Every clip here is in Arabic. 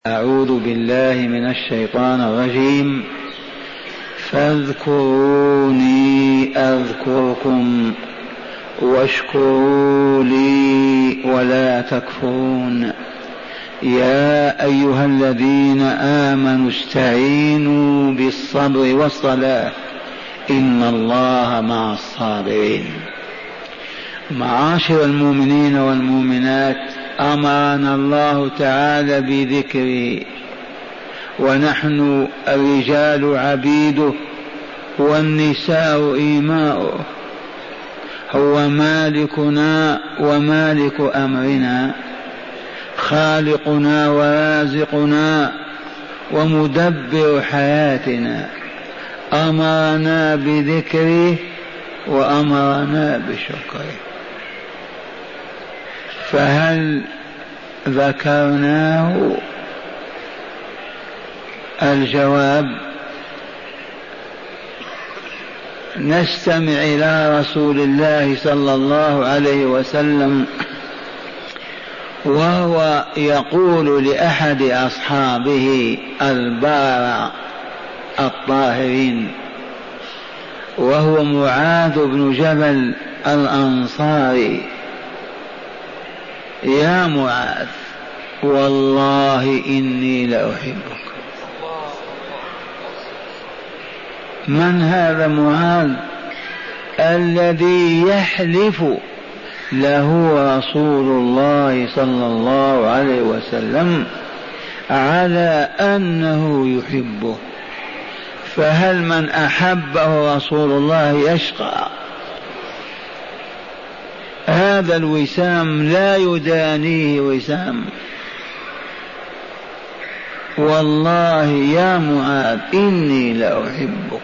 أعوذ بالله من الشيطان الرجيم. فاذكروني أذكركم واشكروا لي ولا تكفرون. يا أيها الذين آمنوا استعينوا بالصبر والصلاة إن الله مع الصابرين. معاشر المؤمنين والمؤمنات، أمرنا الله تعالى بذكره، ونحن الرجال عبيده والنساء إيماؤه. هو مالكنا ومالك أمرنا، خالقنا ورازقنا ومدبر حياتنا. أمرنا بذكره وأمرنا بشكره، فهل ذكرناه؟ الجواب: نستمع إلى رسول الله صلى الله عليه وسلم وهو يقول لأحد أصحابه البار الطاهرين، وهو معاذ بن جبل الأنصاري: يا معاذ، والله إني لأحبك. من هذا معاذ؟ الذي يحلف له رسول الله صلى الله عليه وسلم على أنه يحبه. فهل من أحبه رسول الله يشقى؟ هذا الوسام لا يدانيه وسام. والله يا معاذ إني لأحبك.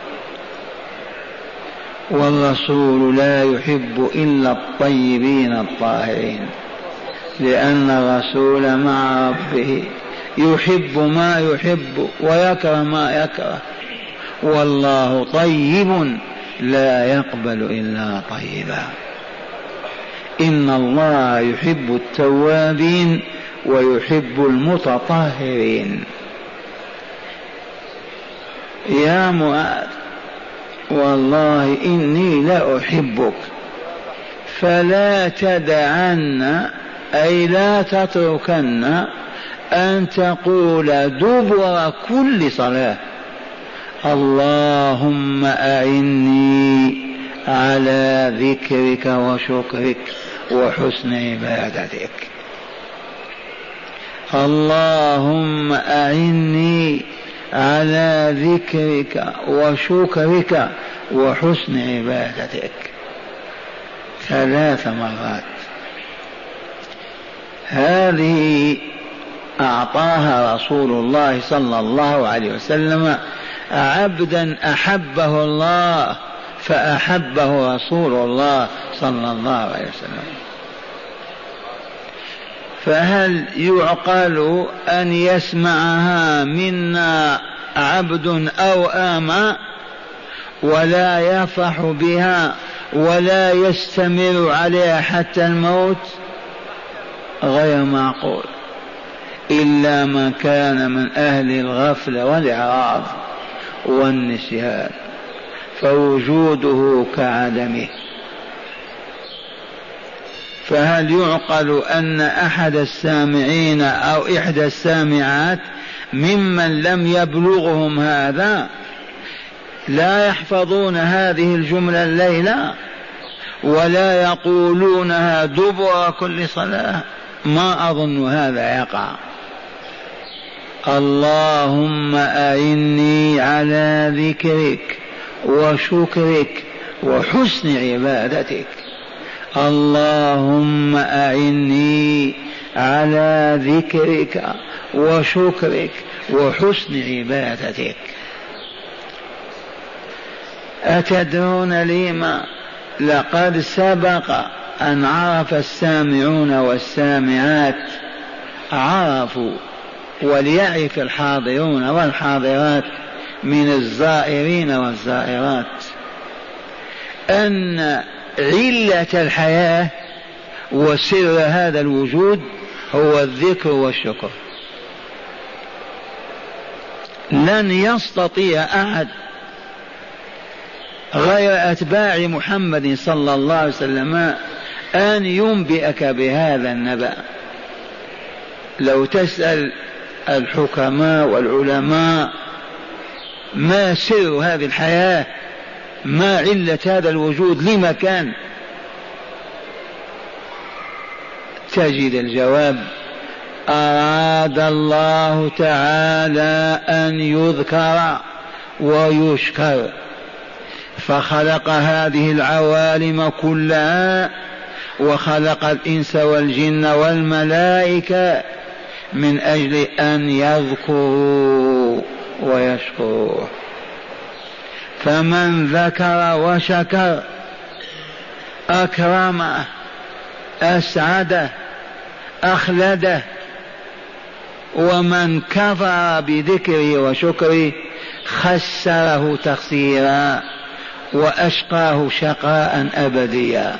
والرسول لا يحب إلا الطيبين الطاهرين، لأن الرسول مع ربه يحب ما يحب ويكره ما يكره. والله طيب لا يقبل إلا طيبا. إن الله يحب التوابين ويحب المتطهرين. يا معاذ، والله إني لأحبك، فلا تدعن، أي لا تتركن أن تقول دبر كل صلاة: اللهم أعني على ذكرك وشكرك وحسن عبادتك. اللهم أعني على ذكرك وشكرك وحسن عبادتك 3 مرات. هذه أعطاها رسول الله صلى الله عليه وسلم عبدا أحبه الله فأحبه رسول الله صلى الله عليه وسلم. فهل يعقل أن يسمعها منا عبد أو آمة ولا يفرح بها ولا يستمر عليها حتى الموت؟ غير معقول، إلا من كان من أهل الغفلة والإعراض والنسيان، فوجوده كعدمه. فهل يعقل أن أحد السامعين أو إحدى السامعات ممن لم يبلغهم هذا لا يحفظون هذه الجملة الليلة ولا يقولونها دبر كل صلاة؟ ما أظن هذا يقع. اللهم أعني على ذكرك وشكرك وحسن عبادتك. اللهم أعني على ذكرك وشكرك وحسن عبادتك. أتدرون لما؟ لقد سبق أن عرف السامعون والسامعات، عرفوا، وليعرف الحاضرون والحاضرات من الزائرين والزائرات، أن علة الحياة وسر هذا الوجود هو الذكر والشكر. لن يستطيع أحد غير أتباع محمد صلى الله عليه وسلم أن ينبئك بهذا النبأ. لو تسأل الحكماء والعلماء ما سر هذه الحياة، ما علة هذا الوجود، لما كان، تجد الجواب: أراد الله تعالى أن يذكر ويشكر، فخلق هذه العوالم كلها، وخلق الإنس والجن والملائكة من أجل أن يذكروا ويشكروا. فمن ذكر وشكر أكرمه، أسعده، أخلده، ومن كفر بذكره وشكره خسره تخسيرا وأشقاه شقاء أبديا.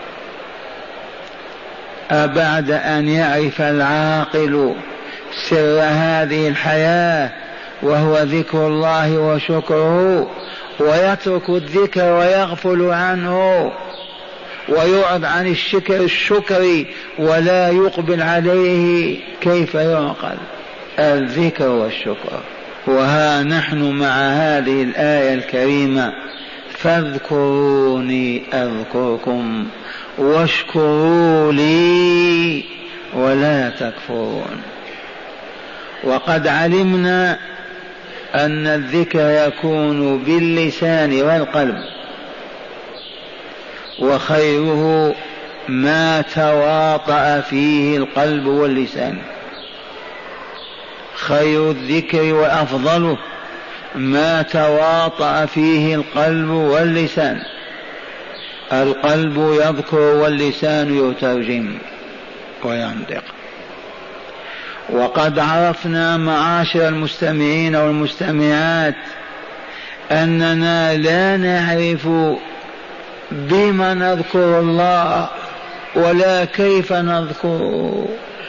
أبعد أن يعرف العاقل سر هذه الحياة وهو ذكر الله وشكره، ويترك الذكر ويغفل عنه ويعرض عن الشكر ولا يقبل عليه، كيف يعقل الذكر والشكر؟ وها نحن مع هذه الآية الكريمة: فاذكروني أذكركم واشكروا لي ولا تكفرون. وقد علمنا أن الذكر يكون باللسان والقلب، وخيره ما تواطأ فيه القلب واللسان. خير الذكر وأفضله ما تواطأ فيه القلب واللسان. القلب يذكر واللسان يترجم وينطق. وقد عرفنا معاشر المستمعين والمستمعات أننا لا نعرف بما نذكر الله ولا كيف نذكره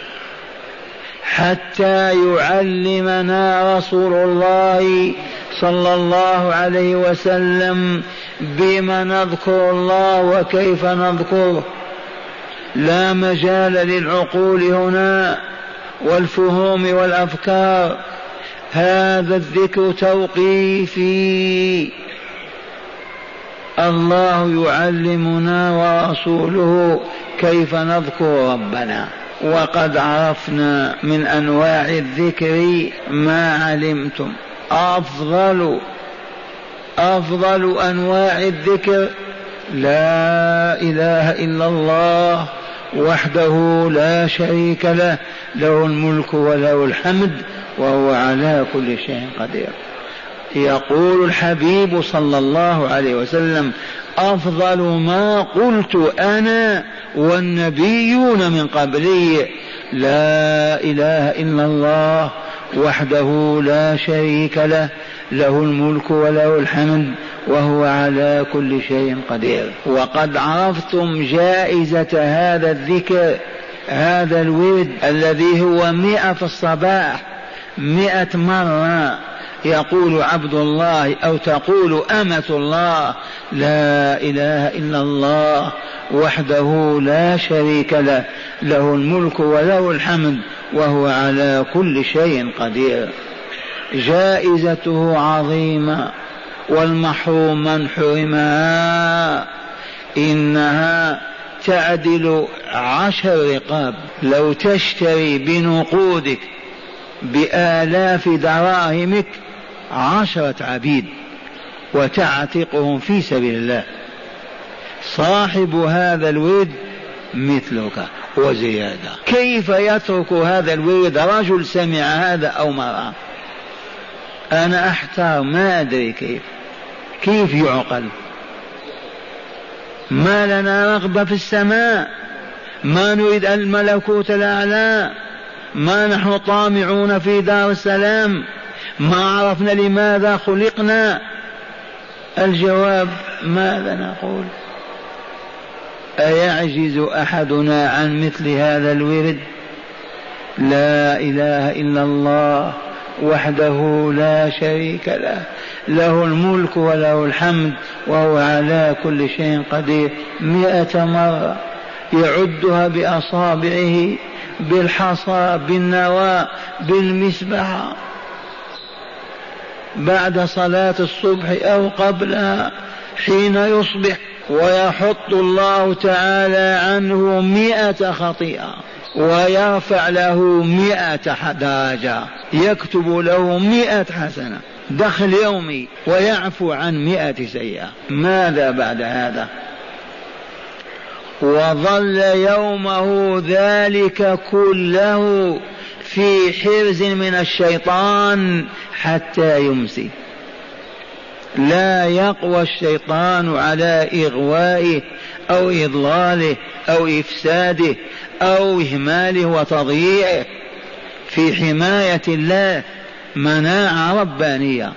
حتى يعلمنا رسول الله صلى الله عليه وسلم بما نذكر الله وكيف نذكره. لا مجال للعقول هنا والفهوم والأفكار، هذا الذكر توقيفي. الله يعلمنا ورسوله كيف نذكر ربنا. وقد عرفنا من أنواع الذكر ما علمتم. أفضل أنواع الذكر لا إله إلا الله وحده لا شريك له، له الملك وله الحمد وهو على كل شيء قدير. يقول الحبيب صلى الله عليه وسلم: أفضل ما قلت أنا والنبيون من قبلي لا إله إلا الله وحده لا شريك له، له الملك وله الحمد وهو على كل شيء قدير. وقد عرفتم جائزة هذا الذكر، هذا الورد الذي هو 100 في الصباح 100 مرة يقول عبد الله أو تقول أمة الله: لا إله إلا الله وحده لا شريك له، له الملك وله الحمد وهو على كل شيء قدير. جائزته عظيمة، والمحروم من حرمها. إنها تعدل 10 رقاب. لو تشتري بنقودك بآلاف دراهمك 10 عبيد وتعتقهم في سبيل الله، صاحب هذا الورد مثلك وزيادة. كيف يترك هذا الورد رجل سمع هذا أو مرأة؟ أنا أحتار، ما أدري كيف يعقل. ما لنا رغبة في السماء، ما نريد الملكوت الأعلى، ما نحن طامعون في دار السلام، ما عرفنا لماذا خلقنا. الجواب: ماذا نقول؟ أيعجز أحدنا عن مثل هذا الورد؟ لا إله إلا الله وحده لا شريك له، له الملك وله الحمد وهو على كل شيء قدير 100 مرة يعدها بأصابعه، بالحصى، بالنوى، بالمسبحة، بعد صلاة الصبح أو قبلها حين يصبح. ويحط الله تعالى عنه 100 خطيئة ويرفع له 100 درجة، يكتب له 100 حسنة دخل يومي، ويعفو عن 100 سيئة. ماذا بعد هذا؟ وظل يومه ذلك كله في حرز من الشيطان حتى يمسي، لا يقوى الشيطان على إغوائه أو إضلاله أو إفساده أو إهماله وتضييعه، في حماية الله، مناعة ربانية.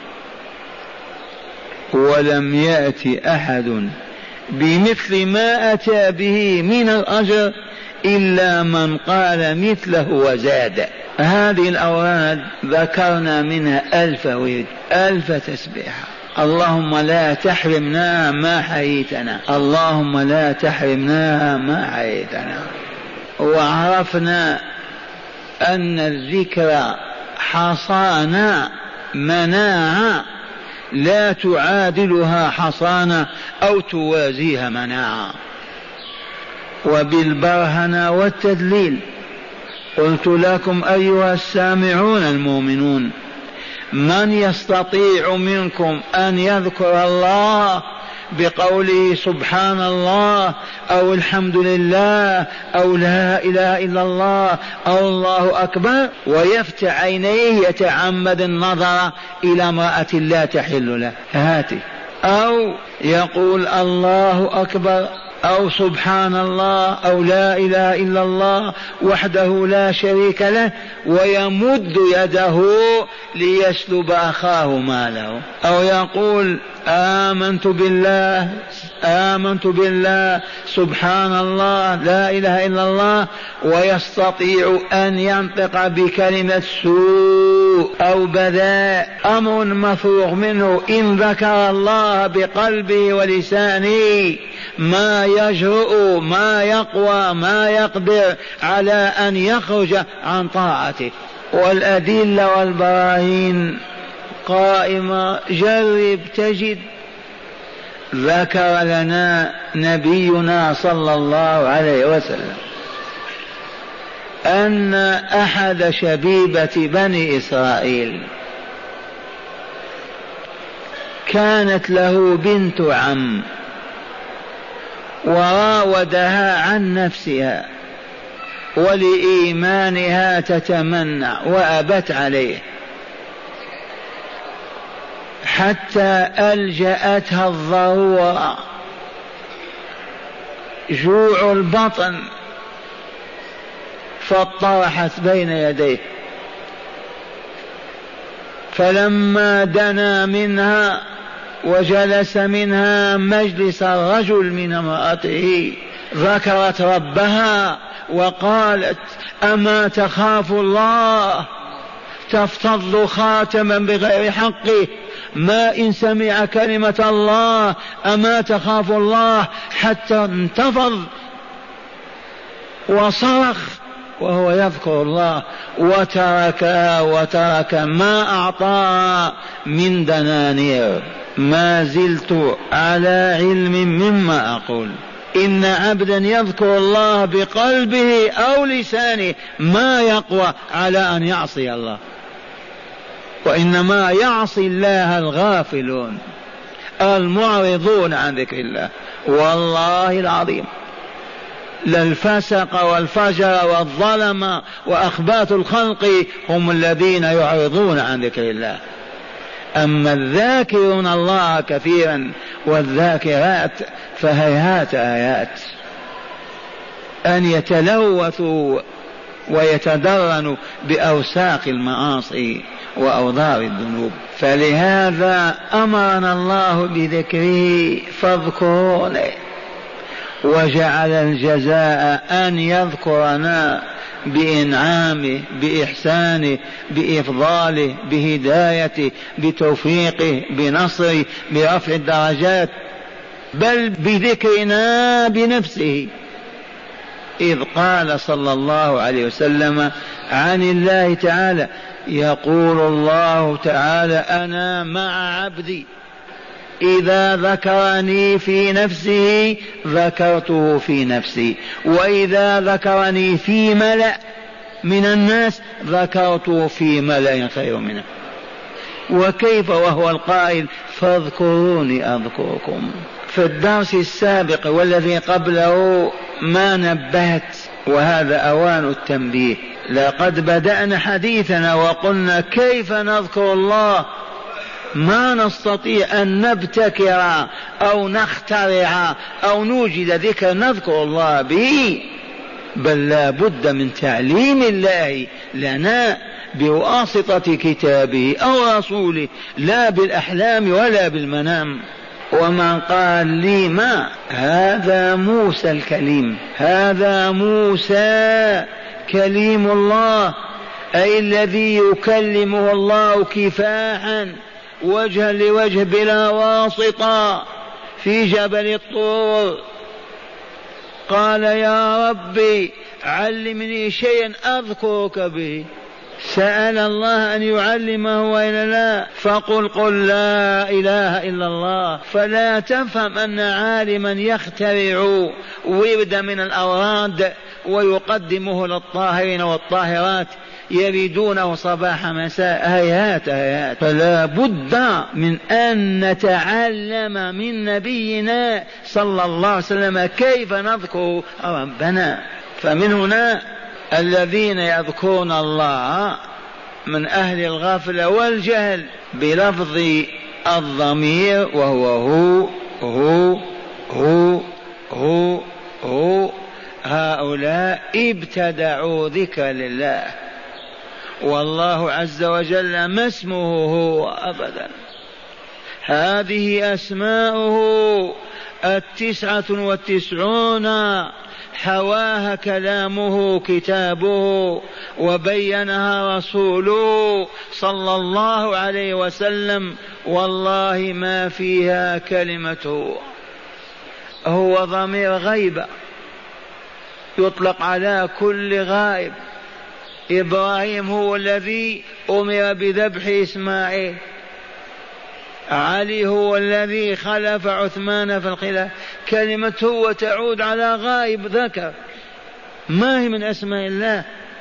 ولم يأتي أحد بمثل ما أتى به من الأجر إلا من قال مثله وزاد. هذه الأوراد ذكرنا منها 1000 ورد، 1000 تسبيحة. اللهم لا تحرمنا ما حييتنا، اللهم لا تحرمنا ما حييتنا. وعرفنا أن الذكر حصانة، مناعة لا تعادلها حصانة أو توازيها مناعة. وبالبرهنة والتدليل قلت لكم أيها السامعون المؤمنون: من يستطيع منكم أن يذكر الله بقوله سبحان الله أو الحمد لله أو لا إله إلا الله أو الله أكبر ويفتح عينيه يتعمد النظر إلى امرأة لا تحل له؟ هاتي. أو يقول الله أكبر أو سبحان الله أو لا إله إلا الله وحده لا شريك له، ويمد يده ليسلب أخاه ماله. أو يقول آمنت بالله، آمنت بالله، سبحان الله، لا إله إلا الله، ويستطيع أن ينطق بكلمة سوء أو بذاء، أمر مفروغ منه إن ذكر الله بقلبه ولسانه، ما يجرؤ، ما يقوى، ما يقدر على أن يخرج عن طاعته. والأدلة والبراهين قائمة، جرب تجد. ذكر لنا نبينا صلى الله عليه وسلم أن أحد شبيبة بني إسرائيل كانت له بنت عم وراودها عن نفسها ولإيمانها تتمنى وأبت عليه، حتى ألجأتها الضرورة، جوع البطن، فاطرحت بين يديه. فلما دنا منها وجلس منها مجلس الرجل من امرأته ذكرت ربها وقالت: أما تخاف الله؟ تفتض خاتما بغير حقه، ما إن سمع كلمة الله أما تخاف الله؟ حتى انتفض وصرخ وهو يذكر الله، وترك ما أعطى من دنانير. ما زلت على علم مما أقول، إن عبدا يذكر الله بقلبه أو لسانه ما يقوى على أن يعصي الله، وإنما يعصي الله الغافلون المعرضون عن ذكر الله. والله العظيم للفسق والفجر والظلم وأخباث الخلق هم الذين يعرضون عن ذكر الله، أما الذاكرون الله كثيرا والذاكرات فهيهات آيات أن يتلوثوا ويتدرنوا بأوساق المعاصي وأوضار الذنوب. فلهذا أمرنا الله بذكره، فاذكروني. وجعل الجزاء أن يذكرنا بإنعامه بإحسانه بإفضاله بهدايته بتوفيقه بنصره برفع الدرجات، بل بذكرنا بنفسه، إذ قال صلى الله عليه وسلم عن الله تعالى: يقول الله تعالى: أنا مع عبدي إذا ذكرني في نفسه ذكرته في نفسي، وإذا ذكرني في ملأ من الناس ذكرته في ملأ خير منه. وكيف وهو القائل: فاذكروني أذكركم. في الدرس السابق والذي قبله ما نبهت، وهذا أوان التنبيه. لقد بدأنا حديثنا وقلنا: كيف نذكر الله؟ ما نستطيع أن نبتكر أو نخترع أو نوجد ذكر نذكر الله به، بل لا بد من تعليم الله لنا بواسطة كتابه أو رسوله، لا بالأحلام ولا بالمنام. ومن قال لي ما هذا موسى الكليم، هذا موسى كليم الله، أي الذي يكلمه الله كفاحا وجها لوجه بلا واسطة في جبل الطور. قال: يا ربي علمني شيئا أذكرك به. سأل الله أن يعلمه وإلا لا؟ فقل: قل لا إله إلا الله. فلا تفهم أن عالما يخترع ورد من الأوراد ويقدمه للطاهرين والطاهرات يريدونه صباح مساء. هيهات هيهات. فلا بد من أن نتعلم من نبينا صلى الله عليه وسلم كيف نذكر ربنا. فمن هنا الذين يذكرون الله من أهل الغفلة والجهل بلفظ الضمير وهو هو هو هو هو هو، هؤلاء ابتدعوا ذكر لله، والله عز وجل ما اسمه هو أبدا. هذه أسماؤه 99 حواها كلامه كتابه وبينها رسوله صلى الله عليه وسلم، والله ما فيها كلمته. هو ضمير غيبة يطلق على كل غائب. إبراهيم هو الذي أمر بذبح إسماعيل، علي هو الذي خلف عثمان في الخلافة. كلمة هو تعود على غائب ذكر، ما هي من أسماء الله.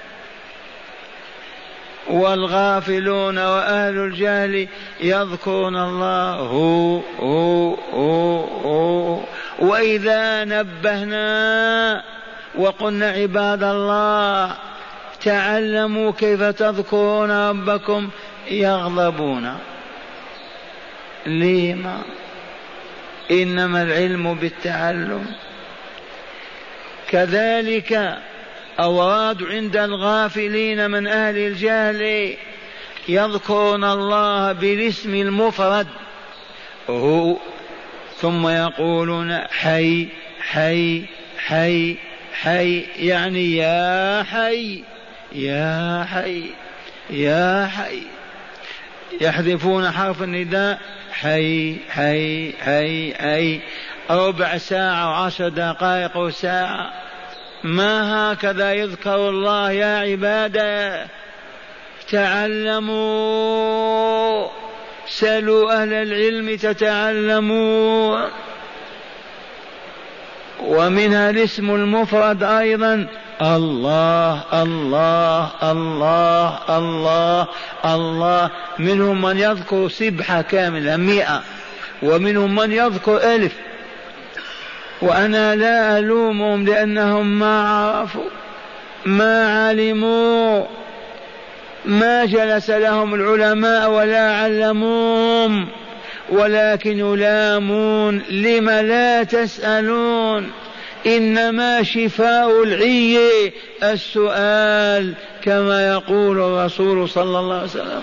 والغافلون وأهل الجهل يذكرون الله هو هو هو هو. وإذا نبهنا وقلنا: عباد الله تعلموا كيف تذكرون ربكم، يغضبون. لما؟ إنما العلم بالتعلم. كذلك أوراد عند الغافلين من أهل الجهل يذكرون الله بالاسم المفرد هو، ثم يقولون حي حي حي حي، يعني يا حي يا حي يا حي. يحذفون حرف النداء حي حي حي حي، ربع ساعة و10 دقائق وساعة. ما هكذا يذكر الله يا عبادة؟ تعلموا، سلوا أهل العلم تتعلموا. ومنها الاسم المفرد أيضا الله الله الله الله الله. منهم من يذكر سبحة كاملة 100، ومنهم من يذكر 1000. وأنا لا ألومهم لأنهم ما عرفوا ما علموا، ما جلس لهم العلماء ولا علموهم، ولكن يلامون: لم لا تسألون؟ إنما شفاء العي السؤال، كما يقول الرسول صلى الله عليه وسلم.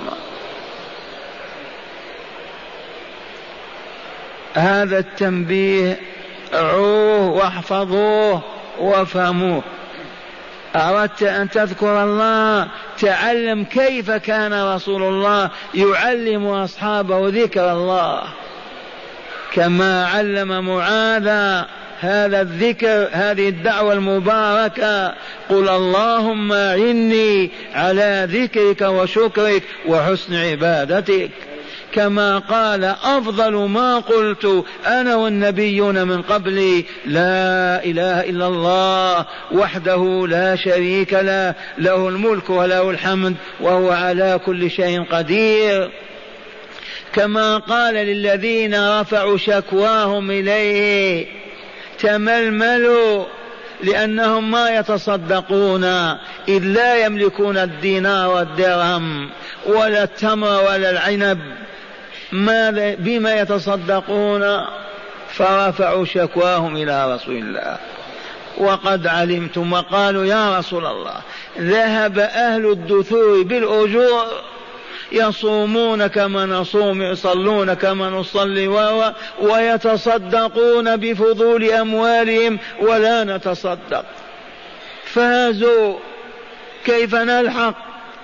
هذا التنبيه رعوه واحفظوه وافهموه. أردت أن تذكر الله، تعلم كيف كان رسول الله يعلم أصحابه ذكر الله، كما علم معاذ هذا الذكر، هذه الدعوة المباركة: قل اللهم إني على ذكرك وشكرك وحسن عبادتك. كما قال: أفضل ما قلت أنا والنبيون من قبلي لا إله إلا الله وحده لا شريك له، له الملك وله الحمد وهو على كل شيء قدير. كما قال للذين رفعوا شكواهم إليه: تململوا لأنهم ما يتصدقون إذ لا يملكون الدينار والدرهم ولا التمر ولا العنب، بما يتصدقون؟ فرفعوا شكواهم إلى رسول الله. وقد علمتم، وقالوا: يا رسول الله، ذهب أهل الدثور بالأجور، يصومون كما نصوم، يصلون كما نصلي، ويتصدقون بفضول أموالهم ولا نتصدق، فازوا، كيف نلحق؟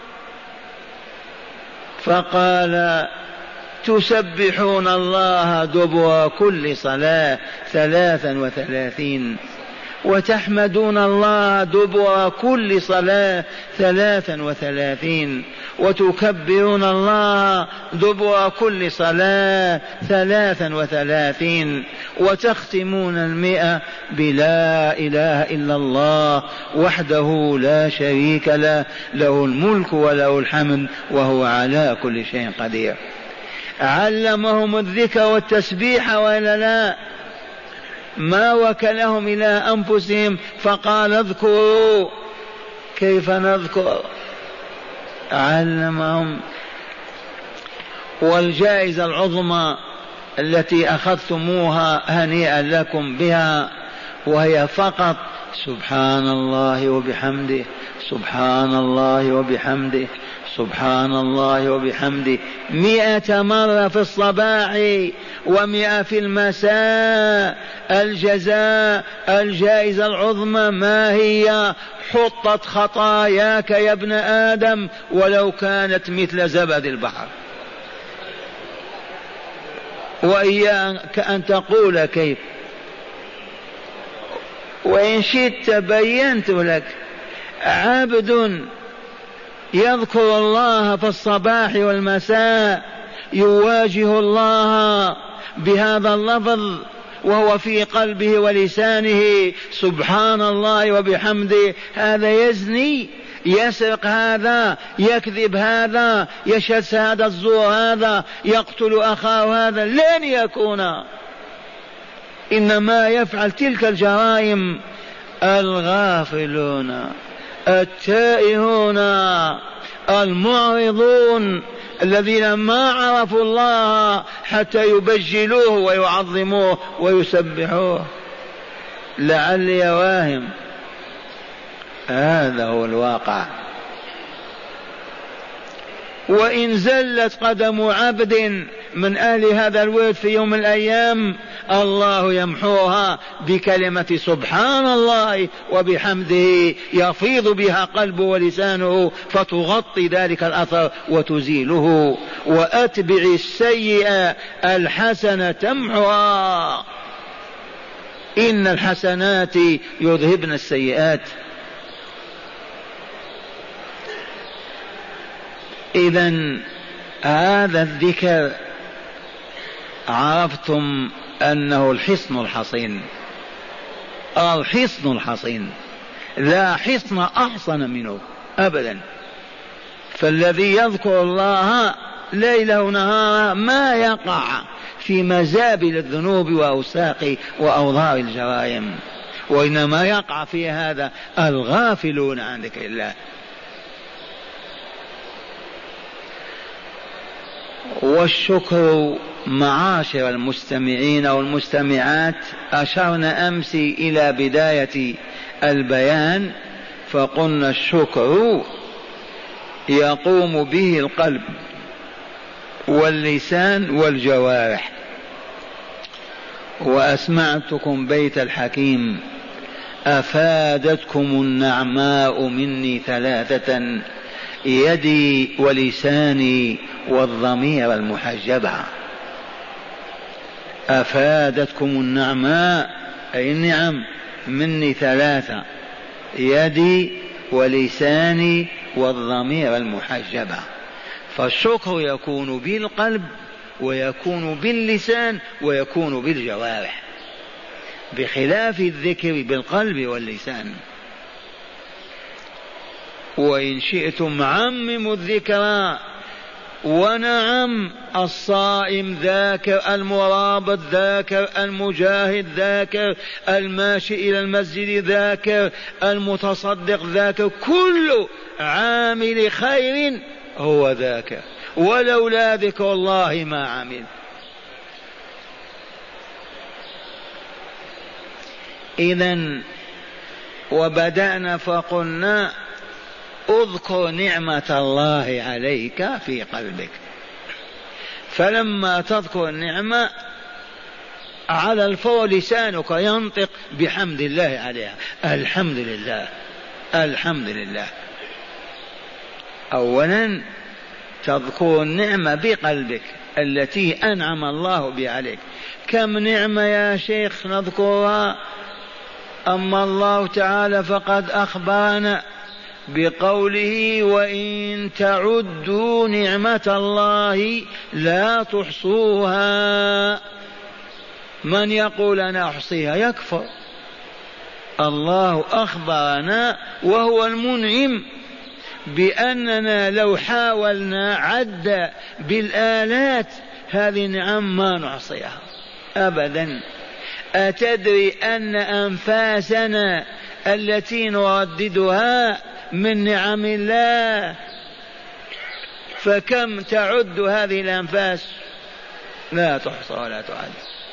فقال: تسبحون الله دبر كل صلاة 33، وتحمدون الله دبر كل صلاة 33، وتكبرون الله دبر كل صلاة 33، وتختمون 100 بلا إله إلا الله وحده لا شريك له، له الملك وله الحمد وهو على كل شيء قدير. علمهم الذكر والتسبيح وإلا لا؟ ما وكلهم إلى أنفسهم فقال: اذكروا. كيف نذكر؟ علمهم. والجائزة العظمى التي أخذتموها هنيئا لكم بها، وهي فقط سبحان الله وبحمده، سبحان الله وبحمده، سبحان الله وبحمده 100 مرة في الصباح و100 في المساء. الجزاء، الجائزة العظمى ما هي؟ حطت خطاياك يا ابن آدم ولو كانت مثل زبد البحر. وإياك أن تقول كيف، وإن شئت بينت لك. عبد يذكر الله في الصباح والمساء، يواجه الله بهذا اللفظ وهو في قلبه ولسانه سبحان الله وبحمده، هذا يزني، يسرق هذا، يكذب هذا، يشهد شهادة الزور هذا، يقتل أخاه هذا، لن يكون. إنما يفعل تلك الجرائم الغافلون التائهون المعرضون الذين ما عرفوا الله حتى يبجلوه ويعظموه ويسبحوه. لعلي واهم، هذا هو الواقع. وإن زلت قدم عبد من أهل هذا الورد في يوم من الأيام، الله يمحوها بكلمة سبحان الله وبحمده، يفيض بها قلبه ولسانه فتغطي ذلك الأثر وتزيله. وأتبع السيئة الحسنة تمحوها، إن الحسنات يذهبن السيئات. إذن هذا الذكر عرفتم أنه الحصن الحصين، الحصن الحصين، لا حصن أحصن منه أبدا. فالذي يذكر الله ليلا ونهارا ما يقع في مزابل الذنوب وأوساق وأوضار الجرائم، وإنما يقع في هذا الغافلون عن ذكر الله. والشكر معاشر المستمعين والمستمعات، أشرنا أمس إلى بداية البيان فقلنا الشكر يقوم به القلب واللسان والجوارح، وأسمعتكم بيت الحكيم: أفادتكم النعماء مني ثلاثة: يدي ولساني والضمير المحجبة. أفادتكم النعماء أي النعم مني ثلاثة: يدي ولساني والضمير المحجبة. فالشكر يكون بالقلب ويكون باللسان ويكون بالجوارح، بخلاف الذكر بالقلب واللسان. وإن شئتم عمموا الذكر، ونعم الصائم ذاكر، المرابط ذاكر، المجاهد ذاكر، الماشي إلى المسجد ذاكر، المتصدق ذاكر، كل عامل خير هو ذاكر، ولولا ذكر الله ما عمل. إذن وبدأنا فقلنا: اذكر نعمة الله عليك في قلبك. فلما تذكر النعمة على الفور لسانك ينطق بحمد الله عليها: الحمد لله الحمد لله. أولا تذكر النعمة بقلبك التي أنعم الله بها عليك. كم نعمة يا شيخ نذكرها؟ أما الله تعالى فقد أخبرنا بقوله: وإن تعدوا نعمة الله لا تحصوها. من يقول أنا أحصيها يكفر. الله أخبرنا وهو المنعم بأننا لو حاولنا عد بالآلات هذه النعم ما نحصيها أبدا. أتدري أن أنفاسنا التي نرددها من نعم الله؟ فكم تعد هذه الأنفاس؟ لا تحصى ولا تعد.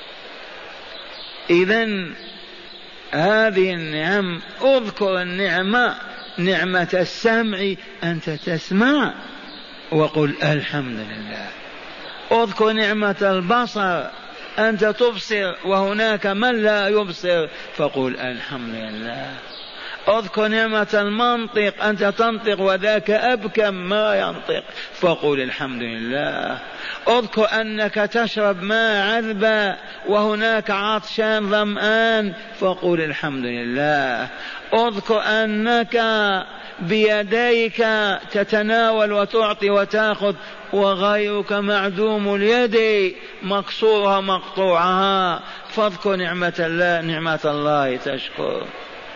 إذن هذه النعم، اذكر النعمة، نعمة السمع أنت تسمع وقل الحمد لله. اذكر نعمة البصر أنت تبصر وهناك من لا يبصر فقل الحمد لله. اذكر نعمة المنطق أنت تنطق وذاك أبكم ما ينطق فقل الحمد لله. اذكر أنك تشرب ماء عذبا وهناك عطشان ظمآن فقل الحمد لله. اذكر أنك بيديك تتناول وتعطي وتأخذ وغيرك معدوم اليد مكسورها مقطوعها فاذكر نعمة الله تشكر.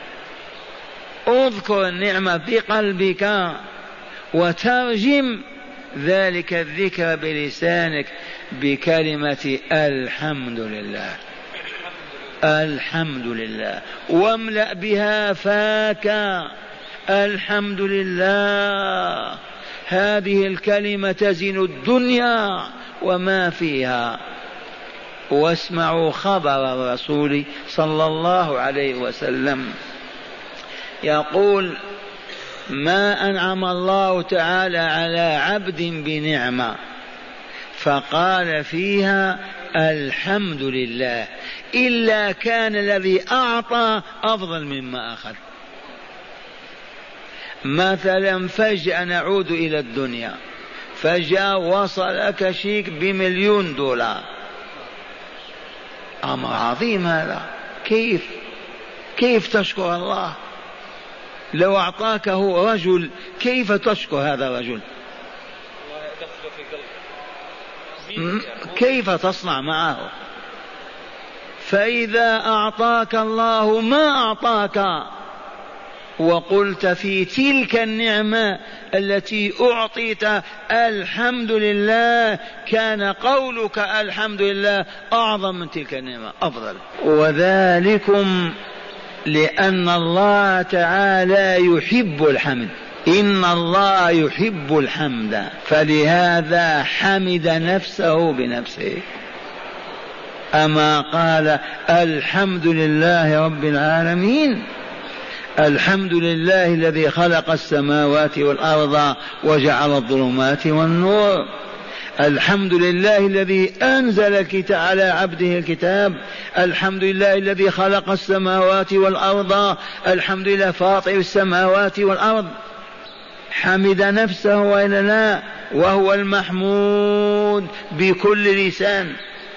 اذكر النعمة بقلبك وترجم ذلك الذكر بلسانك بكلمة الحمد لله الحمد لله، واملأ بها فاك الحمد لله. هذه الكلمة تزن الدنيا وما فيها. واسمعوا خبر الرسول صلى الله عليه وسلم يقول: ما أنعم الله تعالى على عبد بنعمة فقال فيها الحمد لله إلا كان الذي أعطى أفضل مما أخذ. مثلا فجأة نعود إلى الدنيا، فجأة وصلك شيك $1,000,000، أمر عظيم هذا. كيف تشكر الله؟ لو أعطاكه رجل كيف تشكر هذا الرجل؟ كيف تصنع معه؟ فإذا أعطاك الله ما أعطاك وقلت في تلك النعمة التي أعطيت الحمد لله، كان قولك الحمد لله أعظم من تلك النعمة، أفضل. وذلكم لأن الله تعالى يحب الحمد، إن الله يحب الحمد، فلهذا حمد نفسه بنفسه. أما قال الحمد لله رب العالمين، الحمد لله الذي خلق السماوات والأرض وجعل الظلمات والنور، الحمد لله الذي أنزل الكتاب على عبده الكتاب، الحمد لله الذي خلق السماوات والأرض، الحمد لله فاطر السماوات والأرض. حمد نفسه وإلا لا؟ وهو المحمود بكل لسان،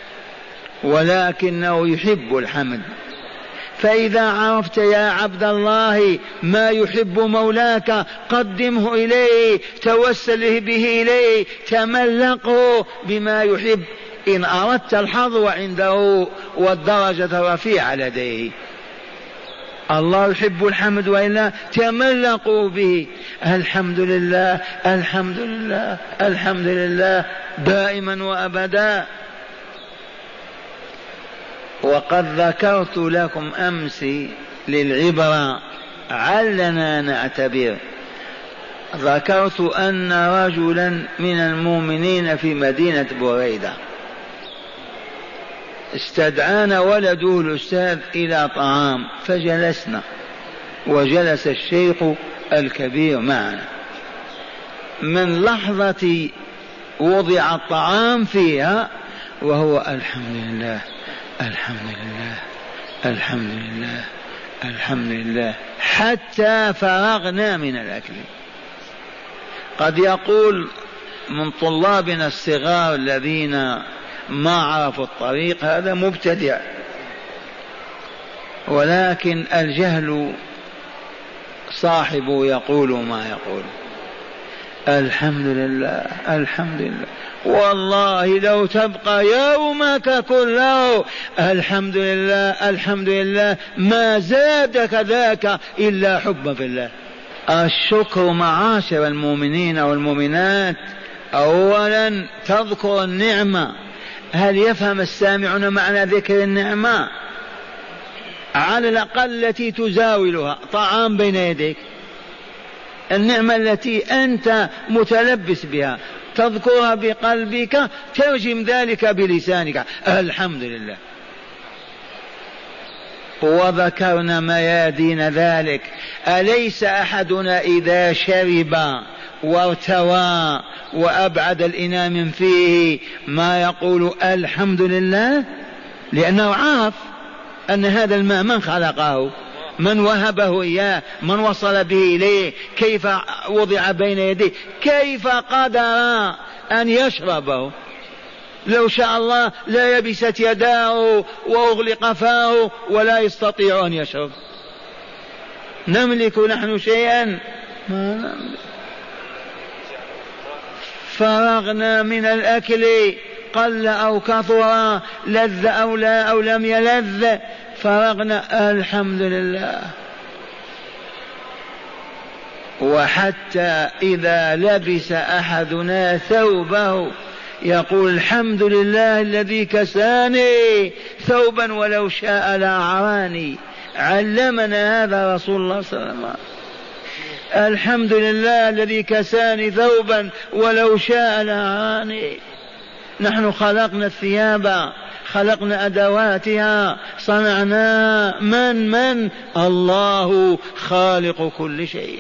ولكنه يحب الحمد. فإذا عرفت يا عبد الله ما يحب مولاك قدمه إليه، توسل به إليه، تملقه بما يحب إن أردت الحظ عنده والدرجة الرفيعة لديه. الله يحب الحمد وإلا تملقوا به. الحمد لله الحمد لله الحمد لله دائما وأبدا. وقد ذكرت لكم أمس للعبرة علنا نعتبر، ذكرت أن رجلا من المؤمنين في مدينة بريدة استدعانا ولده الأستاذ إلى طعام، فجلسنا وجلس الشيخ الكبير معنا. من لحظة وضع الطعام فيها وهو الحمد لله الحمد لله الحمد لله الحمد لله حتى فرغنا من الأكل. قد يقول من طلابنا الصغار الذين ما عرفوا الطريق هذا مبتدع، ولكن الجهل صاحبه يقول ما يقول. الحمد لله الحمد لله، والله لو تبقى يومك كله الحمد لله الحمد لله ما زادك ذاك إلا حبا في الله. الشكر معاشر المؤمنين والمؤمنات أولا تذكر النعمة. هل يفهم السامعون معنى ذكر النعمة؟ على الأقل التي تزاولها، طعام بين يديك، النعمة التي أنت متلبس بها تذكرها بقلبك، ترجم ذلك بلسانك الحمد لله. وذكرنا ميادين ذلك. أليس أحدنا إذا شرب وارتوى وأبعد الإناء من فيه ما يقول الحمد لله؟ لأنه عارف أن هذا الماء من خلقه، من وهبه إياه، من وصل به إليه، كيف وضع بين يديه، كيف قدر أن يشربه. لو شاء الله لا يبست يداه وأغلق فاه ولا يستطيع أن يشرب. نملك نحن شيئا؟ ما نملك. فرغنا من الأكل قل أو كثر، لذ أو لا أو لم يلذ، فرغنا الحمد لله. وحتى إذا لبس أحدنا ثوبه يقول الحمد لله الذي كساني ثوبا ولو شاء لأعراني. علمنا هذا رسول الله صلى الله عليه وسلم. الحمد لله الذي كساني ثوبا ولو شاء لأعراني. نحن خلقنا الثياب، خلقنا أدواتها، صنعناها. من الله خالق كل شيء.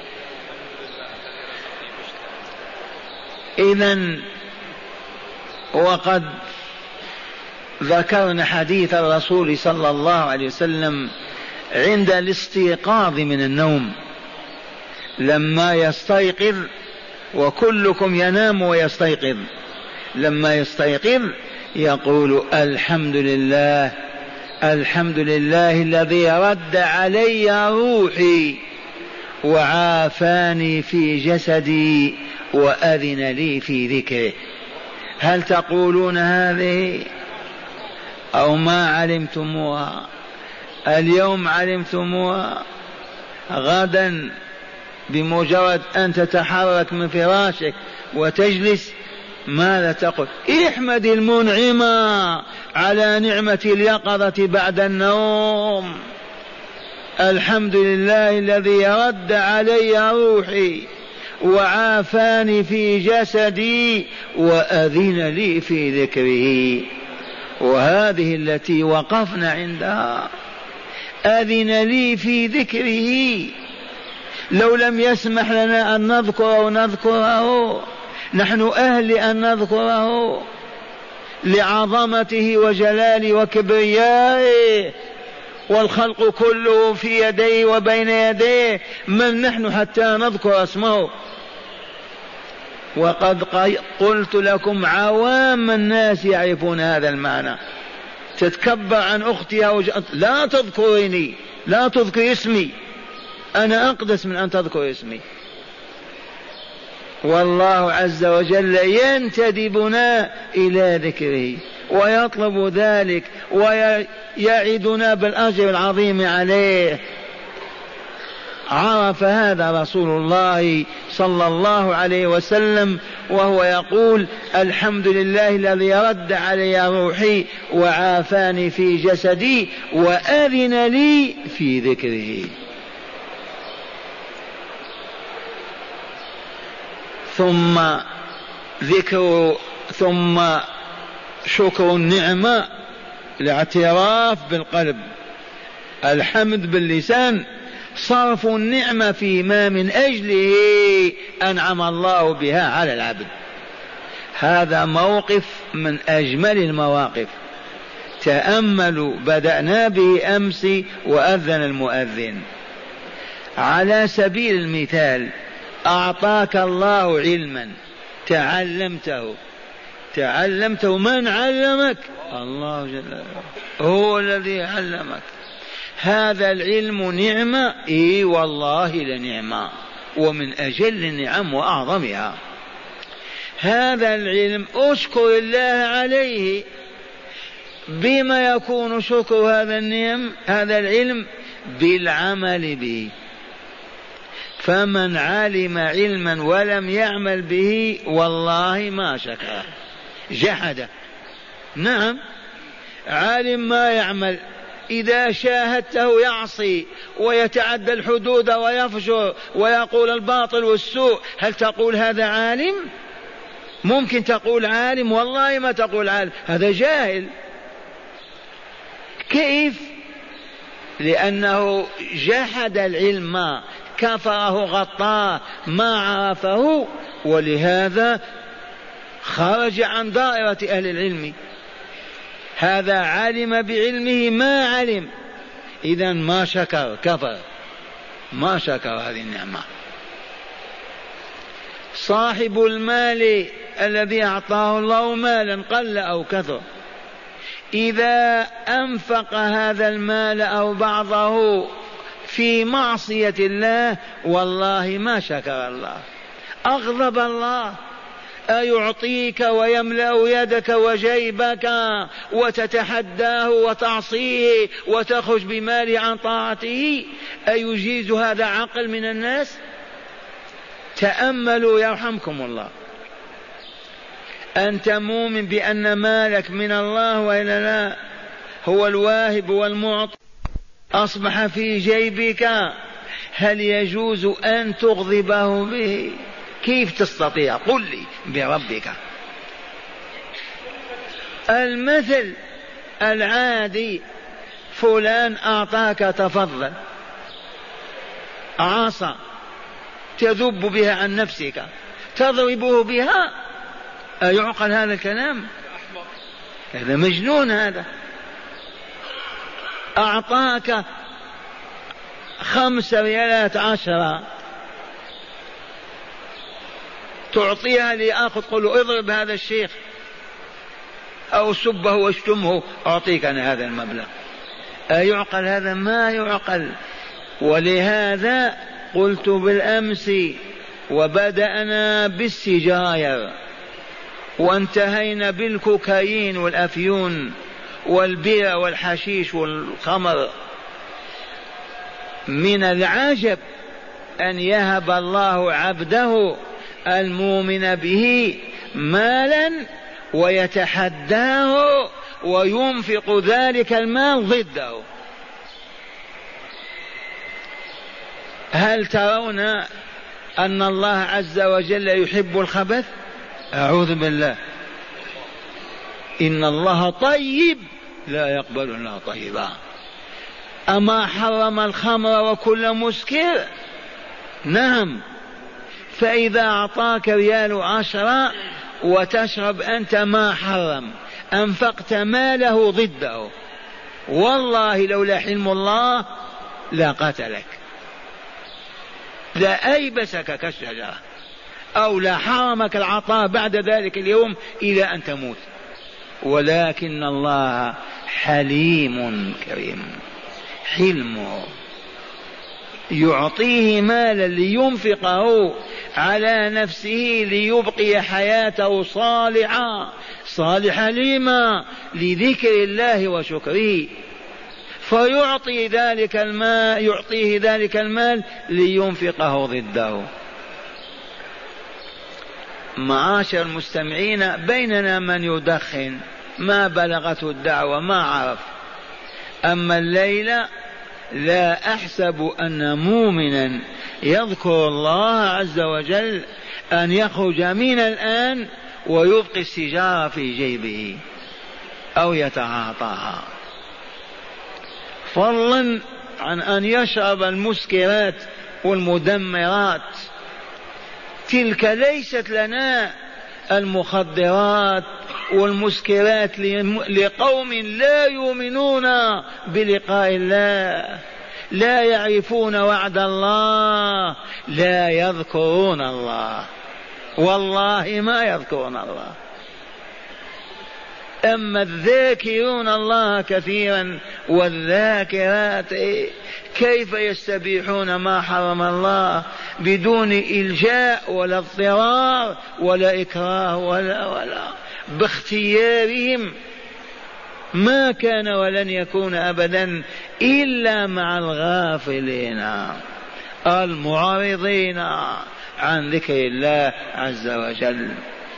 إذن وقد ذكرنا حديث الرسول صلى الله عليه وسلم عند الاستيقاظ من النوم، لما يستيقظ، وكلكم ينام ويستيقظ، لما يستيقظ يقول الحمد لله الحمد لله الذي رد علي روحي وعافاني في جسدي وأذن لي في ذكره. هل تقولون هذه أو ما علمتموها؟ اليوم علمتموها، غدا بمجرد أن تتحرك من فراشك وتجلس ماذا تقول؟ احمد المنعم على نعمة اليقظة بعد النوم. الحمد لله الذي رد علي روحي وعافاني في جسدي وأذن لي في ذكره. وهذه التي وقفنا عندها، أذن لي في ذكره. لو لم يسمح لنا أن نذكره نحن أهل أن نذكره لعظمته وجلاله وكبريائه، والخلق كله في يديه وبين يديه، من نحن حتى نذكر اسمه؟ وقد قلت لكم عوام الناس يعرفون هذا المعنى. تتكبر عن أختها لا تذكرني، لا تذكر اسمي، أنا أقدس من أن تذكر اسمي. والله عز وجل ينتدبنا إلى ذكره ويطلب ذلك ويعدنا بالأجر العظيم عليه. عرف هذا رسول الله صلى الله عليه وسلم وهو يقول: الحمد لله الذي رد علي روحي وعافاني في جسدي وأذن لي في ذكره. ثم شكر النعمة، الاعتراف بالقلب، الحمد باللسان، صرف النعمة فيما من أجله أنعم الله بها على العبد. هذا موقف من أجمل المواقف. تأملوا، بدأنا به أمس وأذن المؤذن. على سبيل المثال، أعطاك الله علما تعلمته، من علمك؟ الله جل وعلا هو الذي علمك. هذا العلم نعمة، إي والله لنعمة، ومن أجل النعم وأعظمها. هذا العلم أشكر الله عليه. بما يكون شكر هذا العلم؟ بالعمل به. فمن علم علما ولم يعمل به والله ما شكر، جحد. نعم، عالم ما يعمل، إذا شاهدته يعصي ويتعدى الحدود ويفجر ويقول الباطل والسوء، هل تقول هذا عالم؟ ممكن تقول عالم؟ والله ما تقول عالم، هذا جاهل. كيف؟ لأنه جحد العلم، كفره، غطاه، ما عرفه، ولهذا خرج عن دائرة أهل العلم. هذا علم بعلمه ما علم، إذن ما شكر، كفر، ما شكر هذه النعمة. صاحب المال الذي أعطاه الله مالا قل أو كثر، إذا أنفق هذا المال أو بعضه في معصية الله والله ما شكر الله، أغضب الله. أيعطيك ويملأ يدك وجيبك وتتحداه وتعصيه وتخرج بماله عن طاعته؟ أيجيز هذا عقل من الناس؟ تأملوا يرحمكم الله. أنت مؤمن بأن مالك من الله وإلا لا؟ هو الواهب والمعطي، أصبح في جيبك، هل يجوز أن تغضبه به؟ كيف تستطيع؟ قل لي بربك. المثل العادي، فلان أعطاك، تفضل، عصا تذب بها عن نفسك، تضربه بها، أيعقل هذا الكلام؟ هذا مجنون. هذا أعطاك 5 ريالات 10، تعطيها لأخذ، قل له اضرب هذا الشيخ أو سبه واشتمه، أعطيك أنا هذا المبلغ. أيعقل هذا؟ ما يعقل. ولهذا قلت بالأمس، وبدأنا بالسجاير وانتهينا بالكوكايين والأفيون والبيع والحشيش والخمر. من العجب أن يهب الله عبده المؤمن به مالا ويتحداه وينفق ذلك المال ضده. هل ترون أن الله عز وجل يحب الخبث؟ أعوذ بالله. إن الله طيب لا يقبل إلا طيبا. أما حرم الخمر وكل مسكر؟ نعم. فإذا أعطاك ريال 10 وتشرب أنت ما حرم أنفقت ماله ضده، والله لولا حلم الله لقتلك، لا أيبسك كالشجرة، أو لا حرمك العطاء بعد ذلك اليوم إلى أن تموت. ولكن الله حليم كريم، حلمه يعطيه مالا لينفقه على نفسه ليبقي حياته صالحة لما لذكر الله وشكره، فيعطي ذلك المال، يعطيه ذلك المال لينفقه ضده. معاشر المستمعين، بيننا من يدخن ما بلغته الدعوة ما عرف، أما الليلة لا أحسب أن مؤمنا يذكر الله عز وجل أن يخرج من الآن ويبقي السجارة في جيبه أو يتعاطاها، فضلا عن أن يشرب المسكرات والمدمرات. تلك ليست لنا، المخدرات والمسكرات لقوم لا يؤمنون بلقاء الله، لا يعرفون وعد الله، لا يذكرون الله، والله ما يذكرون الله. أما الذاكرون الله كثيرا والذاكرات كيف يستبيحون ما حرم الله بدون إلجاء ولا اضطرار ولا إكراه ولا باختيارهم، ما كان ولن يكون أبدا إلا مع الغافلين المعرضين عن ذكر الله عز وجل.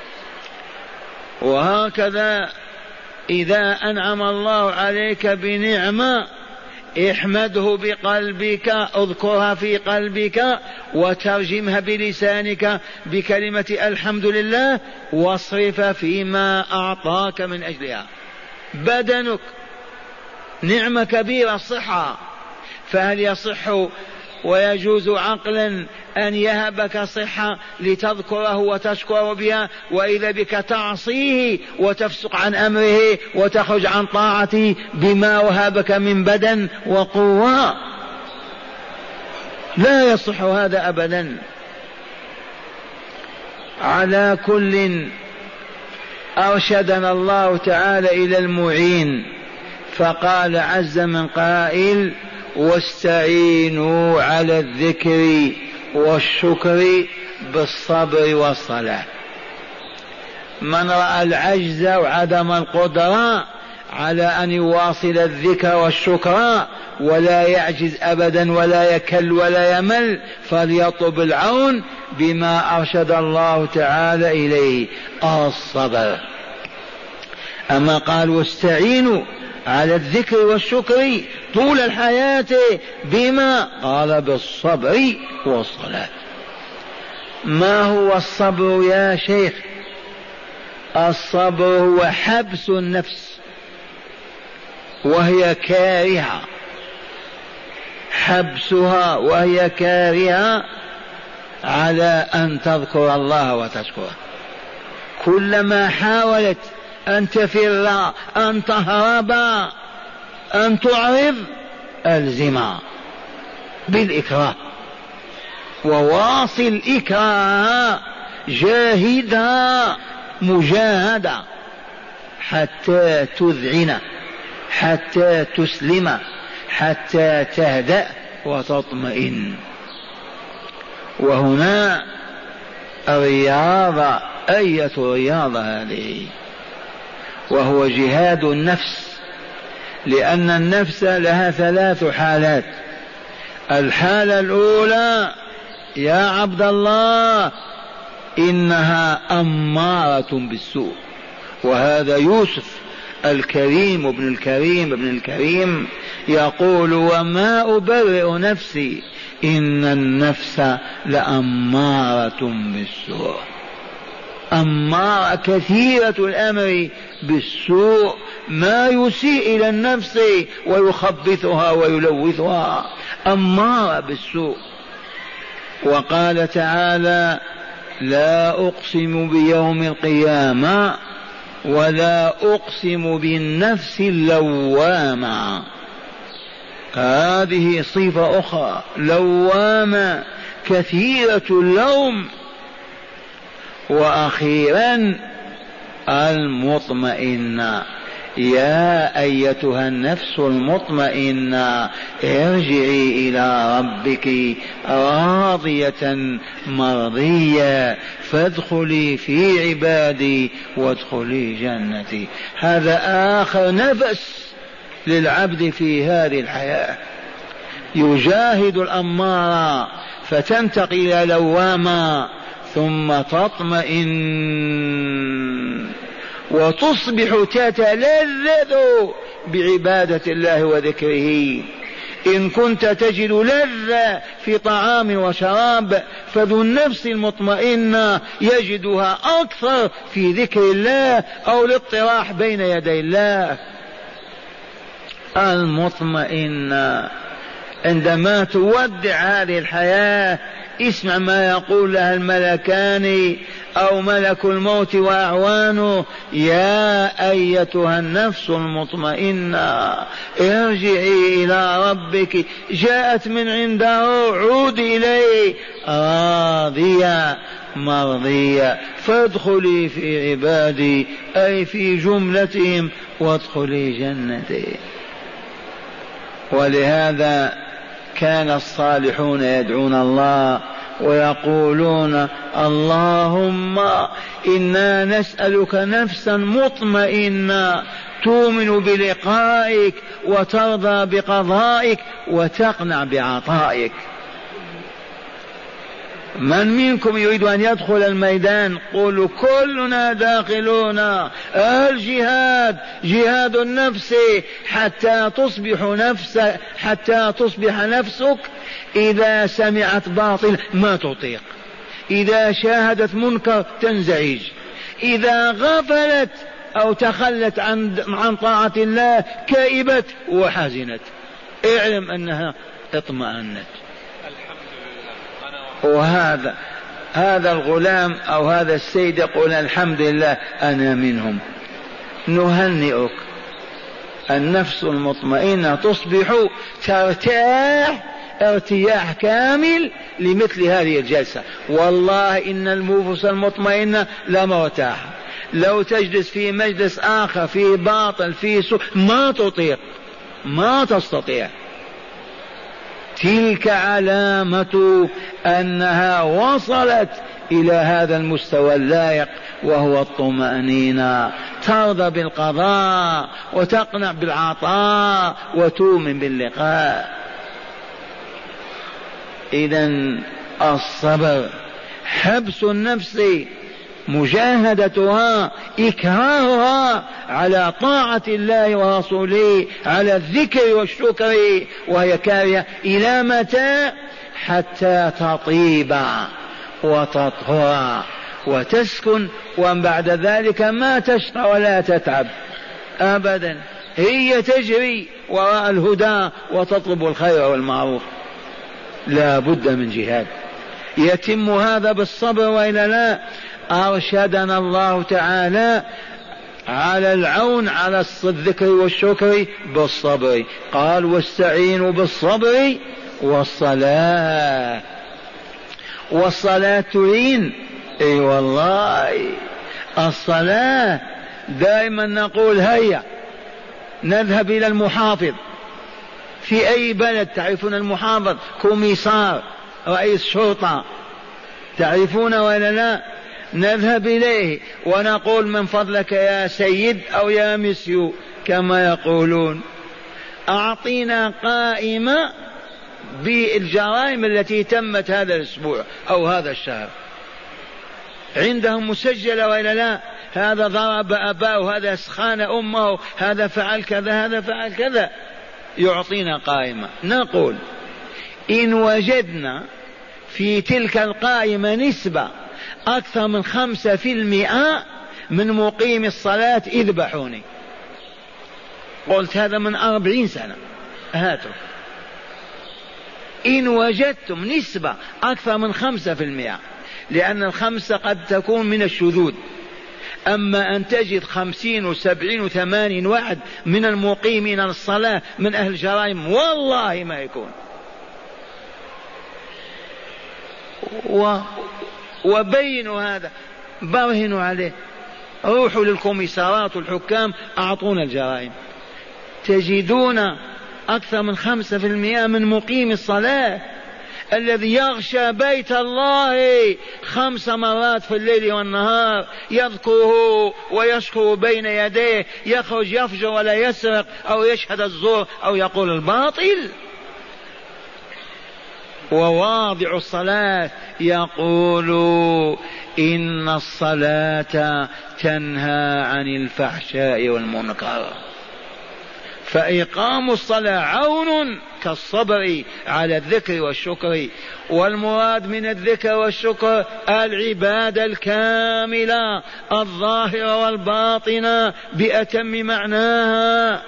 وهكذا إذا أنعم الله عليك بنعمة احمده بقلبك، اذكرها في قلبك وترجمها بلسانك بكلمة الحمد لله، واصرف فيما أعطاك من أجلها. بدنك نعمة كبيرة الصحة، فهل يصح ويجوز عقلا أن يهبك صحة لتذكره وتشكر بها، وإذا بك تعصيه وتفسق عن أمره وتخرج عن طاعته بما وهبك من بدن وقوة؟ لا يصح هذا أبدا. على كل أرشدنا الله تعالى إلى المعين، فقال عز من قائل: واستعينوا على الذكر والشكر بالصبر والصلاة. من رأى العجز وعدم القدرة على أن يواصل الذكر والشكر ولا يعجز أبدا ولا يكل ولا يمل فليطلب العون بما أرشد الله تعالى إليه، الصبر. أما قال واستعينوا على الذكر والشكر طول الحياة بما قال بالصبر والصلاة. ما هو الصبر يا شيخ؟ الصبر هو حبس النفس وهي كارهة، حبسها وهي كارهة على أن تذكر الله وتشكره. كلما حاولت أن تفر، أن تهرب، أن تعرض، ألزمها بالإكراه، وواصل إكراه، جاهدها مجاهدة حتى تذعن، حتى تسلم، حتى تهدأ وتطمئن. وهنا الرياضة، أية رياضة هذه؟ وهو جهاد النفس، لأن النفس لها 3 حالات. الحالة الأولى يا عبد الله إنها أمارة بالسوء، وهذا يوسف الكريم ابن الكريم ابن الكريم يقول: وما أبرئ نفسي إن النفس لأمارة بالسوء. أمارة كثيرة الأمر بالسوء، ما يسيء إلى النفس ويخبثها ويلوثها، أمارة بالسوء. وقال تعالى لا أقسم بيوم القيامة ولا أقسم بالنفس اللوامة. هذه صفة أخرى، لوامة كثيرة اللوم. وأخيرا المطمئنة، يا أيتها النفس المطمئنة ارجعي إلى ربك راضية مرضية فادخلي في عبادي وادخلي جنتي. هذا آخر نفس للعبد في هذه الحياة، يجاهد الأمارة فتنتقل إلى لوامة ثم تطمئن وتصبح تتلذذ بعبادة الله وذكره. إن كنت تجد لذة في طعام وشراب فذو النفس المطمئنة يجدها أكثر في ذكر الله أو الاطراح بين يدي الله. المطمئنة عندما تودع هذه الحياة اسمع ما يقول لها الملكان أو ملك الموت وأعوانه، يا أيتها النفس المطمئنة ارجعي إلى ربك، جاءت من عنده عودي إليه راضية مرضية فادخلي في عبادي أي في جملتهم وادخلي جنتي. ولهذا كان الصالحون يدعون الله ويقولون اللهم إنا نسألك نفسا مطمئنة تؤمن بلقائك وترضى بقضائك وتقنع بعطائك. من منكم يريد أن يدخل الميدان؟ قولوا كلنا داخلون. الجهاد جهاد النفس حتى تصبح نفسك إذا سمعت باطل ما تطيق، إذا شاهدت منكر تنزعج، إذا غفلت أو تخلت عن طاعة الله كئبت وحزنت. اعلم أنها اطمأنت. وهذا الغلام أو هذا السيد يقول الحمد لله أنا منهم. نهنئك، النفس المطمئنة تصبح ترتاح ارتياح كامل لمثل هذه الجلسة. والله إن النفوس المطمئنة لا مرتاحة، لو تجلس في مجلس آخر في باطل في سوء ما تطيق ما تستطيع. تلك علامة أنها وصلت إلى هذا المستوى اللائق وهو الطمأنينة، ترضى بالقضاء وتقنع بالعطاء وتؤمن باللقاء. إذن الصبر حبس النفس، مجاهدتها، إكراهها على طاعة الله ورسوله، على الذكر والشكر، وهي كارهة. إلى متى؟ حتى تطيب وتطهر وتسكن، ومن بعد ذلك ما تشقى ولا تتعب أبدا. هي تجري وراء الهدى وتطلب الخير والمعروف. لا بد من جهاد. يتم هذا بالصبر وإلا لا؟ أرشدنا الله تعالى على العون على الذكر والشكر بالصبر، قال واستعينوا بالصبر والصلاة. والصلاة تعين، اي والله الصلاة. دائما نقول هيا نذهب إلى المحافظ في أي بلد، تعرفون المحافظ كوميسار رئيس شرطة، تعرفون ولا لا؟ نذهب إليه ونقول من فضلك يا سيد أو يا مسيو كما يقولون، أعطينا قائمة بالجرائم التي تمت هذا الأسبوع أو هذا الشهر. عندهم مسجلة ولا لا؟ هذا ضرب أباه، هذا سخان أمه، هذا فعل كذا، هذا فعل كذا. يعطينا قائمة. نقول إن وجدنا في تلك القائمة نسبة أكثر من 5% من مقيم الصلاة اذبحوني. قلت هذا من 40 سنة، هاتوا إن وجدتم نسبة أكثر من 5%، لأن 5 قد تكون من الشذوذ. أما أن تجد 50 و70 و80 واحد من المقيمين للصلاة من أهل الجرائم والله ما يكون. وبينوا هذا، برهنوا عليه، روحوا للكوميسارات والحكام أعطونا الجرائم. تجدون أكثر من 5% من مقيم الصلاة الذي يغشى بيت الله 5 مرات في الليل والنهار، يذكره ويشكر بين يديه، يخرج يفجر ولا يسرق أو يشهد الزور أو يقول الباطل. وواضع الصلاة يقول إن الصلاة تنهى عن الفحشاء والمنكر. فإقام الصلاة عون كالصبر على الذكر والشكر. والمراد من الذكر والشكر العبادة الكاملة الظاهرة والباطنة بأتم معناها.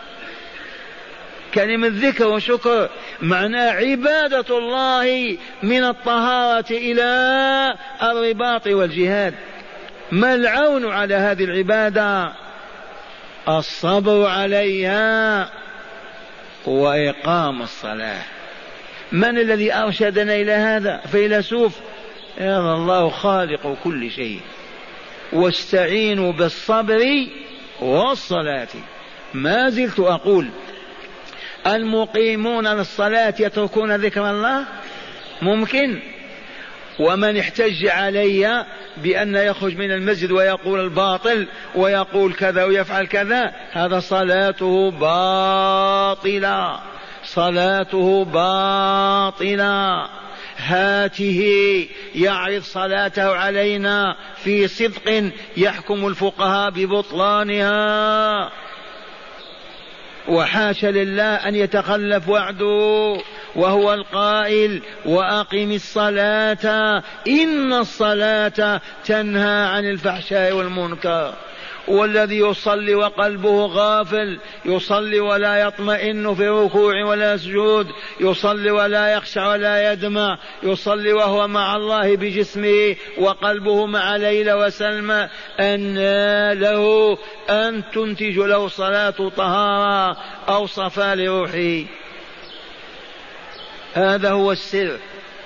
كلمة ذكر وشكر معناه عبادة الله من الطهارة إلى الرباط والجهاد. ما العون على هذه العبادة؟ الصبر عليها وإقام الصلاة. من الذي أرشدنا إلى هذا؟ فيلسوف؟ يا الله خالق كل شيء. واستعينوا بالصبر والصلاة. ما زلت أقول المقيمون للصلاة يتركون ذكر الله؟ ممكن؟ ومن احتج علي بأن يخرج من المسجد ويقول الباطل ويقول كذا ويفعل كذا، هذا صلاته باطلة، صلاته باطلة. هاته يعرض صلاته علينا في صدق يحكم الفقهاء ببطلانها، وحاشا لله أن يتخلف وعده، وهو القائل وأقم الصلاة إن الصلاة تنهى عن الفحشاء والمنكر. والذي يصلي وقلبه غافل، يصلي ولا يطمئن في ركوع ولا سجود، يصلي ولا يخشع ولا يدمع، يصلي وهو مع الله بجسمه وقلبه مع ليلى وسلمى، أن له أن تنتج له صلاة طهارة أو صفاء لروحه. هذا هو السر.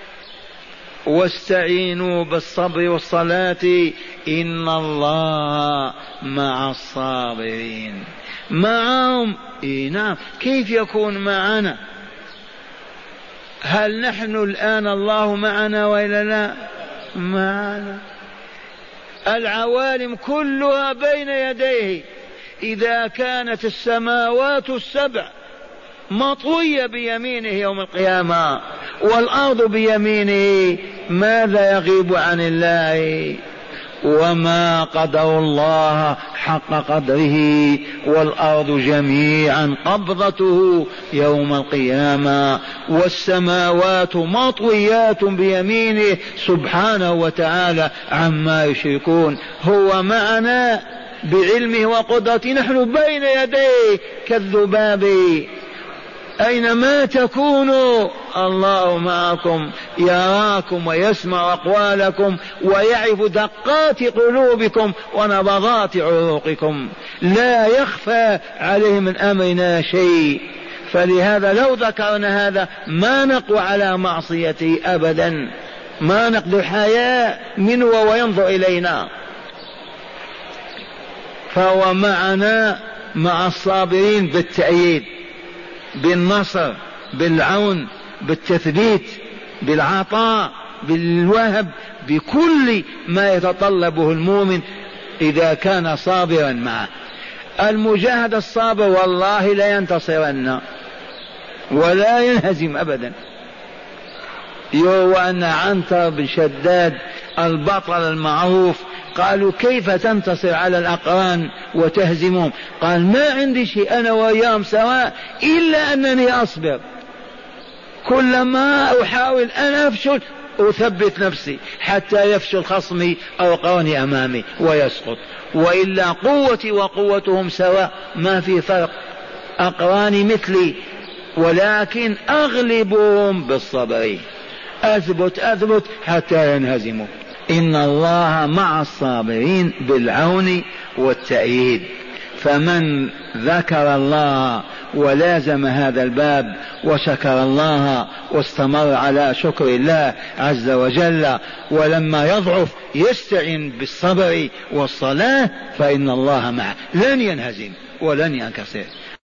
واستعينوا بالصبر والصلاة إن الله مع الصابرين. معهم؟ نعم. كيف يكون معنا؟ هل نحن الآن الله معنا وإلا لا؟ معنا. العوالم كلها بين يديه. إذا كانت السماوات السبع مطوية بيمينه يوم القيامة والأرض بيمينه، ماذا يغيب عن الله؟ وما قدر الله حق قدره والأرض جميعا قبضته يوم القيامة، والسماوات مطويات بيمينه سبحانه وتعالى عما يشركون. هو معنا بعلمه وقدرته، نحن بين يديه كالذباب. أينما تكونوا الله معكم، يراكم ويسمع أقوالكم ويعرف دقات قلوبكم ونبضات عروقكم، لا يخفى عليه من أمرنا شيء. فلهذا لو ذكرنا هذا ما نقوى على معصيته أبدا، ما نقدر حياء منه وينظر إلينا. فهو معنا مع الصابرين بالتأييد، بالنصر، بالعون، بالتثبيت، بالعطاء، بالوهب، بكل ما يتطلبه المؤمن إذا كان صابرا معه. المجاهد الصابر والله لا ينتصرن ولا ينهزم أبدا. يروى أن عنتر بن شداد البطل المعروف قالوا كيف تنتصر على الأقران وتهزمهم؟ قال ما عندي شيء، أنا وياهم سواء إلا أنني أصبر. كلما أحاول أن أفشل أثبت نفسي حتى يفشل خصمي أو قرني أمامي ويسقط، وإلا قوتي وقوتهم سواء، ما في فرق. أقراني مثلي ولكن أغلبهم بالصبر. أثبت حتى ينهزموا. إن الله مع الصابرين بالعون والتأييد. فمن ذكر الله ولازم هذا الباب وشكر الله واستمر على شكر الله عز وجل، ولما يضعف يستعين بالصبر والصلاة، فإن الله معه، لن ينهزم ولن ينكسر.